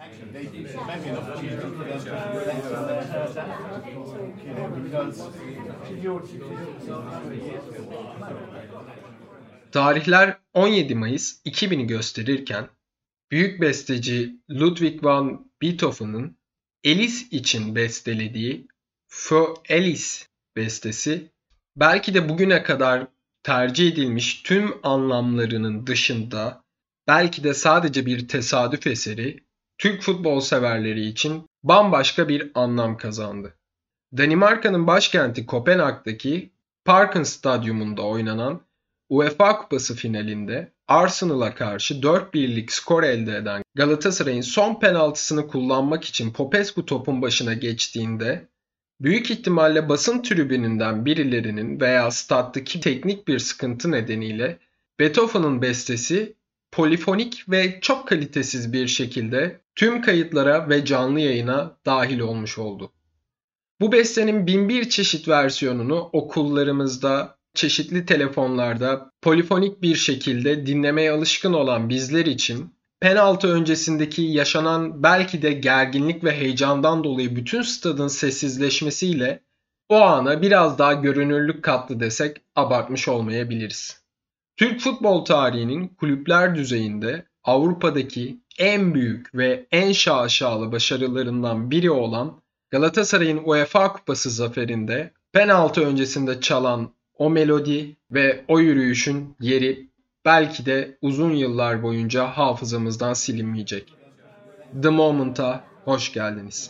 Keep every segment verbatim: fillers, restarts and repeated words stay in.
Tarihler on yedi Mayıs iki bini gösterirken büyük besteci Ludwig van Beethoven'ın Alice için bestelediği Für Alice bestesi belki de bugüne kadar tercih edilmiş tüm anlamlarının dışında belki de sadece bir tesadüf eseri Türk futbol severleri için bambaşka bir anlam kazandı. Danimarka'nın başkenti Kopenhag'daki Parken Stadyumunda oynanan UEFA Kupası finalinde Arsenal'a karşı dört birlik skor elde eden Galatasaray'ın son penaltısını kullanmak için Popescu topun başına geçtiğinde büyük ihtimalle basın tribününden birilerinin veya stattaki teknik bir sıkıntı nedeniyle Beethoven'ın bestesi polifonik ve çok kalitesiz bir şekilde tüm kayıtlara ve canlı yayına dahil olmuş oldu. Bu bestenin bin bir çeşit versiyonunu okullarımızda, çeşitli telefonlarda polifonik bir şekilde dinlemeye alışkın olan bizler için penaltı öncesindeki yaşanan belki de gerginlik ve heyecandan dolayı bütün stadın sessizleşmesiyle o ana biraz daha görünürlük kattı desek abartmış olmayabiliriz. Türk futbol tarihinin kulüpler düzeyinde Avrupa'daki en büyük ve en şaşalı başarılarından biri olan Galatasaray'ın UEFA Kupası zaferinde penaltı öncesinde çalan o melodi ve o yürüyüşün yeri belki de uzun yıllar boyunca hafızamızdan silinmeyecek. The Moment'a hoş geldiniz.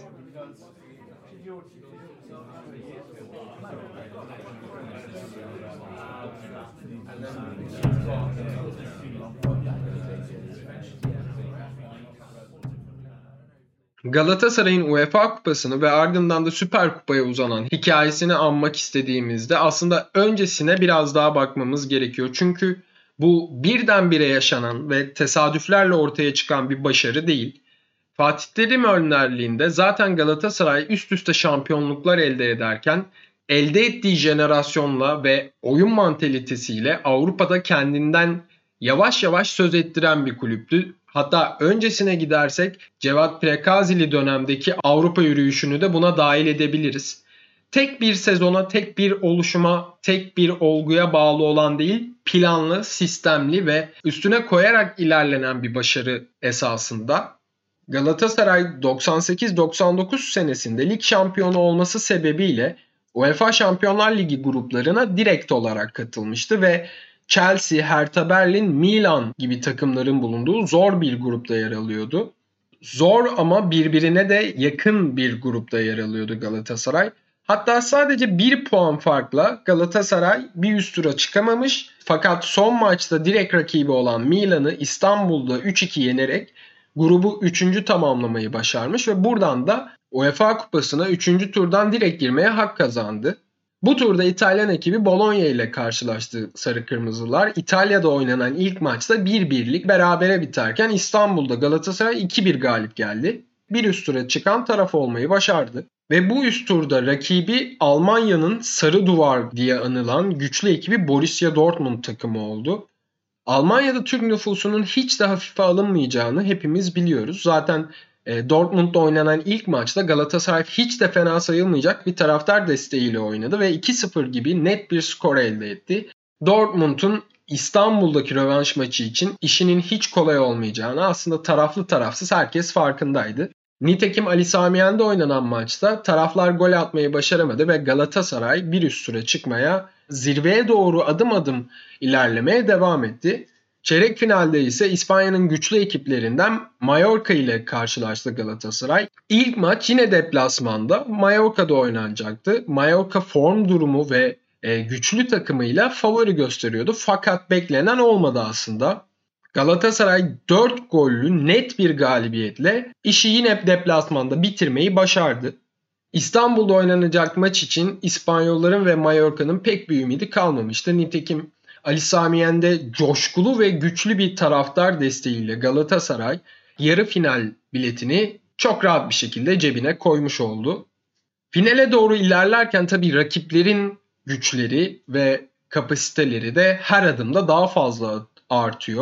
Galatasaray'ın UEFA Kupası'nı ve ardından da Süper Kupa'ya uzanan hikayesini anmak istediğimizde aslında öncesine biraz daha bakmamız gerekiyor. Çünkü bu birdenbire yaşanan ve tesadüflerle ortaya çıkan bir başarı değil. Fatih Terim önderliğinde zaten Galatasaray üst üste şampiyonluklar elde ederken elde ettiği jenerasyonla ve oyun mantalitesiyle Avrupa'da kendinden yavaş yavaş söz ettiren bir kulüptü. Hatta öncesine gidersek Cevat Prekazili dönemdeki Avrupa yürüyüşünü de buna dahil edebiliriz. Tek bir sezona, tek bir oluşuma, tek bir olguya bağlı olan değil, planlı, sistemli ve üstüne koyarak ilerlenen bir başarı esasında. Galatasaray doksan sekiz doksan dokuz senesinde lig şampiyonu olması sebebiyle UEFA Şampiyonlar Ligi gruplarına direkt olarak katılmıştı ve Chelsea, Hertha Berlin, Milan gibi takımların bulunduğu zor bir grupta yer alıyordu. Zor ama birbirine de yakın bir grupta yer alıyordu Galatasaray. Hatta sadece bir puan farkla Galatasaray bir üst tura çıkamamış. Fakat son maçta direkt rakibi olan Milan'ı İstanbul'da üç iki yenerek grubu üçüncü tamamlamayı başarmış ve buradan da UEFA Kupası'na üçüncü turdan direkt girmeye hak kazandı. Bu turda İtalyan ekibi Bologna ile karşılaştı Sarı Kırmızılar. İtalya'da oynanan ilk maçta bir birlik berabere biterken İstanbul'da Galatasaray iki bir galip geldi. Bir üst tura çıkan taraf olmayı başardı. Ve bu üst turda rakibi Almanya'nın Sarı Duvar diye anılan güçlü ekibi Borussia Dortmund takımı oldu. Almanya'da Türk nüfusunun hiç de hafife alınmayacağını hepimiz biliyoruz. Zaten Dortmund'da oynanan ilk maçta Galatasaray hiç de fena sayılmayacak bir taraftar desteğiyle oynadı ve iki sıfır gibi net bir skor elde etti. Dortmund'un İstanbul'daki rövanş maçı için işinin hiç kolay olmayacağını aslında taraflı tarafsız herkes farkındaydı. Nitekim Ali Sami Yen'de oynanan maçta taraflar gol atmayı başaramadı ve Galatasaray bir üst tura çıkmaya, zirveye doğru adım adım ilerlemeye devam etti. Çeyrek finalde ise İspanya'nın güçlü ekiplerinden Mallorca ile karşılaştı Galatasaray. İlk maç yine deplasmanda Mallorca'da oynanacaktı. Mallorca form durumu ve e, güçlü takımıyla favori gösteriyordu. Fakat beklenen olmadı aslında. Galatasaray dört gollü net bir galibiyetle işi yine deplasmanda bitirmeyi başardı. İstanbul'da oynanacak maç için İspanyolların ve Mallorca'nın pek bir ümidi kalmamıştı. Nitekim Ali Sami Yen'de coşkulu ve güçlü bir taraftar desteğiyle Galatasaray yarı final biletini çok rahat bir şekilde cebine koymuş oldu. Finale doğru ilerlerken tabii rakiplerin güçleri ve kapasiteleri de her adımda daha fazla artıyor.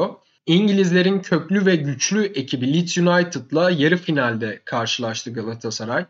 İngilizlerin köklü ve güçlü ekibi Leeds United'la yarı finalde karşılaştı Galatasaray.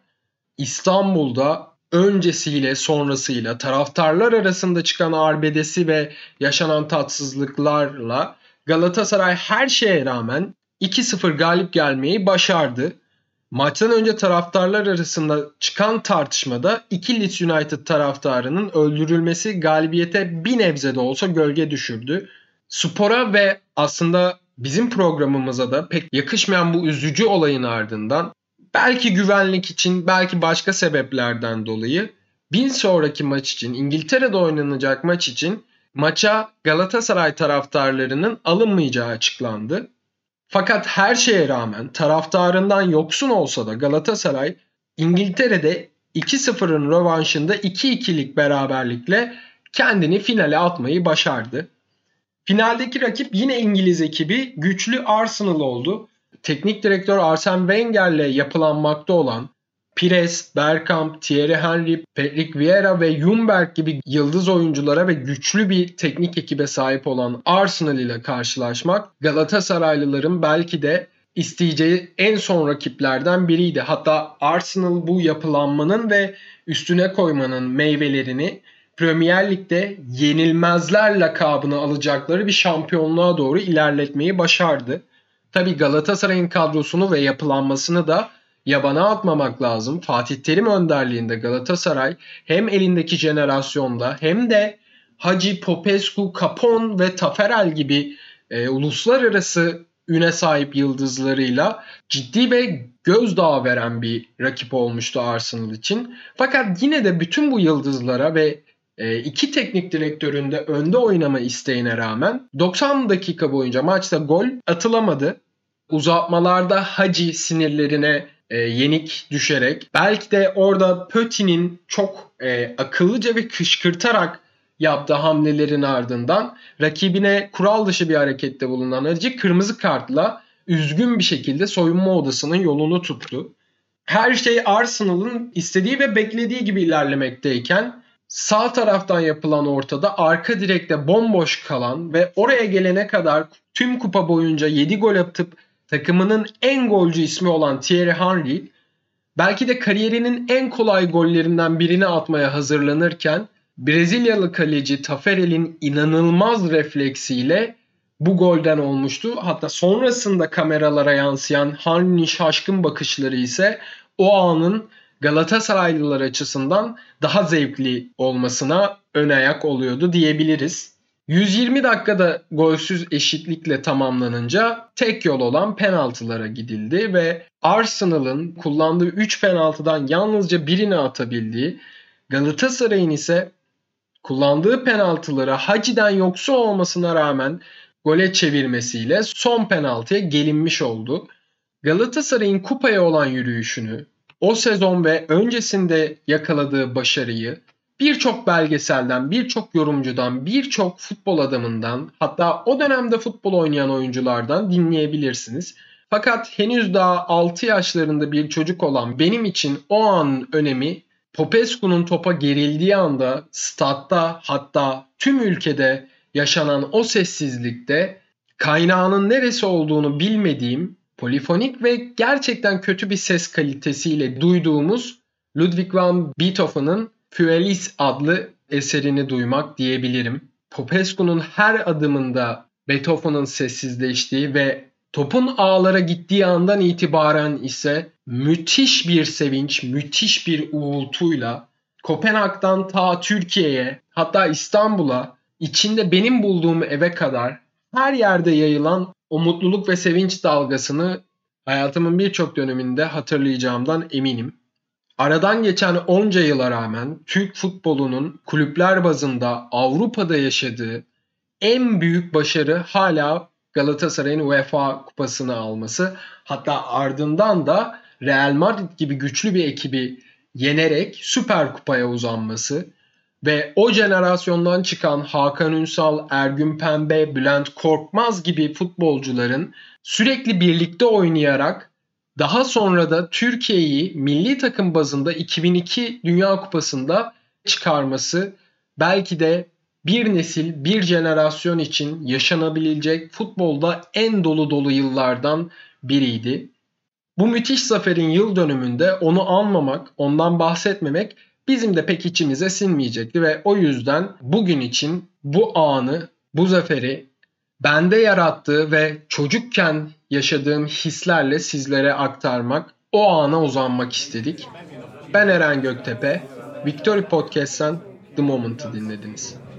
İstanbul'da öncesiyle sonrasıyla taraftarlar arasında çıkan arbedesi ve yaşanan tatsızlıklarla Galatasaray her şeye rağmen iki sıfır galip gelmeyi başardı. Maçtan önce taraftarlar arasında çıkan tartışmada iki Leeds United taraftarının öldürülmesi galibiyete bir nebze de olsa gölge düşürdü. Spora ve aslında bizim programımıza da pek yakışmayan bu üzücü olayın ardından belki güvenlik için, belki başka sebeplerden dolayı bir sonraki maç için, İngiltere'de oynanacak maç için maça Galatasaray taraftarlarının alınmayacağı açıklandı. Fakat her şeye rağmen taraftarından yoksun olsa da Galatasaray İngiltere'de iki sıfırın rövanşında iki ikilik beraberlikle kendini finale atmayı başardı. Finaldeki rakip yine İngiliz ekibi güçlü Arsenal oldu. Teknik direktör Arsene Wenger'le yapılanmakta olan Pires, Bergkamp, Thierry Henry, Patrick Vieira ve Ljungberg gibi yıldız oyunculara ve güçlü bir teknik ekibe sahip olan Arsenal ile karşılaşmak Galatasaraylıların belki de isteyeceği en son rakiplerden biriydi. Hatta Arsenal bu yapılanmanın ve üstüne koymanın meyvelerini Premier Lig'de yenilmezler lakabını alacakları bir şampiyonluğa doğru ilerletmeyi başardı. Tabii Galatasaray'ın kadrosunu ve yapılanmasını da yabana atmamak lazım. Fatih Terim önderliğinde Galatasaray hem elindeki jenerasyonda hem de Hacı, Popescu, Capon ve Taferel gibi e, uluslararası üne sahip yıldızlarıyla ciddi ve gözdağı veren bir rakip olmuştu Arsenal için. Fakat yine de bütün bu yıldızlara ve e, iki teknik direktörün de önde oynama isteğine rağmen doksan dakika boyunca maçta gol atılamadı. Uzatmalarda Hacı sinirlerine e, yenik düşerek belki de orada Pötti'nin çok e, akıllıca ve kışkırtarak yaptığı hamlelerin ardından rakibine kural dışı bir harekette bulunan Hacı kırmızı kartla üzgün bir şekilde soyunma odasının yolunu tuttu. Her şey Arsenal'ın istediği ve beklediği gibi ilerlemekteyken sağ taraftan yapılan ortada arka direkte bomboş kalan ve oraya gelene kadar tüm kupa boyunca yedi gol atıp takımının en golcü ismi olan Thierry Henry belki de kariyerinin en kolay gollerinden birini atmaya hazırlanırken Brezilyalı kaleci Taferel'in inanılmaz refleksiyle bu golden olmuştu. Hatta sonrasında kameralara yansıyan Henry'nin şaşkın bakışları ise o anın Galatasaraylılar açısından daha zevkli olmasına ön ayak oluyordu diyebiliriz. yüz yirmi dakikada golsüz eşitlikle tamamlanınca tek yol olan penaltılara gidildi ve Arsenal'ın kullandığı üç penaltıdan yalnızca birini atabildiği, Galatasaray'ın ise kullandığı penaltıları Hacı'den yoksun olmasına rağmen gole çevirmesiyle son penaltıya gelinmiş oldu. Galatasaray'ın kupaya olan yürüyüşünü, o sezon ve öncesinde yakaladığı başarıyı birçok belgeselden, birçok yorumcudan, birçok futbol adamından, hatta o dönemde futbol oynayan oyunculardan dinleyebilirsiniz. Fakat henüz daha altı yaşlarında bir çocuk olan benim için o anın önemi Popescu'nun topa gerildiği anda statta, hatta tüm ülkede yaşanan o sessizlikte kaynağının neresi olduğunu bilmediğim, polifonik ve gerçekten kötü bir ses kalitesiyle duyduğumuz Ludwig van Beethoven'ın Füelis adlı eserini duymak diyebilirim. Popescu'nun her adımında Beethoven'ın sessizleştiği ve topun ağlara gittiği andan itibaren ise müthiş bir sevinç, müthiş bir uğultuyla Kopenhag'dan ta Türkiye'ye, hatta İstanbul'a, içinde benim bulduğum eve kadar her yerde yayılan o mutluluk ve sevinç dalgasını hayatımın birçok döneminde hatırlayacağımdan eminim. Aradan geçen onca yıla rağmen Türk futbolunun kulüpler bazında Avrupa'da yaşadığı en büyük başarı hala Galatasaray'ın UEFA kupasını alması. Hatta ardından da Real Madrid gibi güçlü bir ekibi yenerek Süper Kupa'ya uzanması ve o jenerasyondan çıkan Hakan Ünsal, Ergün Pembe, Bülent Korkmaz gibi futbolcuların sürekli birlikte oynayarak daha sonra da Türkiye'yi milli takım bazında iki bin iki Dünya Kupası'nda çıkarması belki de bir nesil, bir jenerasyon için yaşanabilecek futbolda en dolu dolu yıllardan biriydi. Bu müthiş zaferin yıl dönümünde onu anmamak, ondan bahsetmemek bizim de pek içimize sinmeyecekti ve o yüzden bugün için bu anı, bu zaferi bende yarattığı ve çocukken yaşadığım hislerle sizlere aktarmak, o ana uzanmak istedik. Ben Eren Göktepe, Victory Podcast'ten The Moment'ı dinlediniz.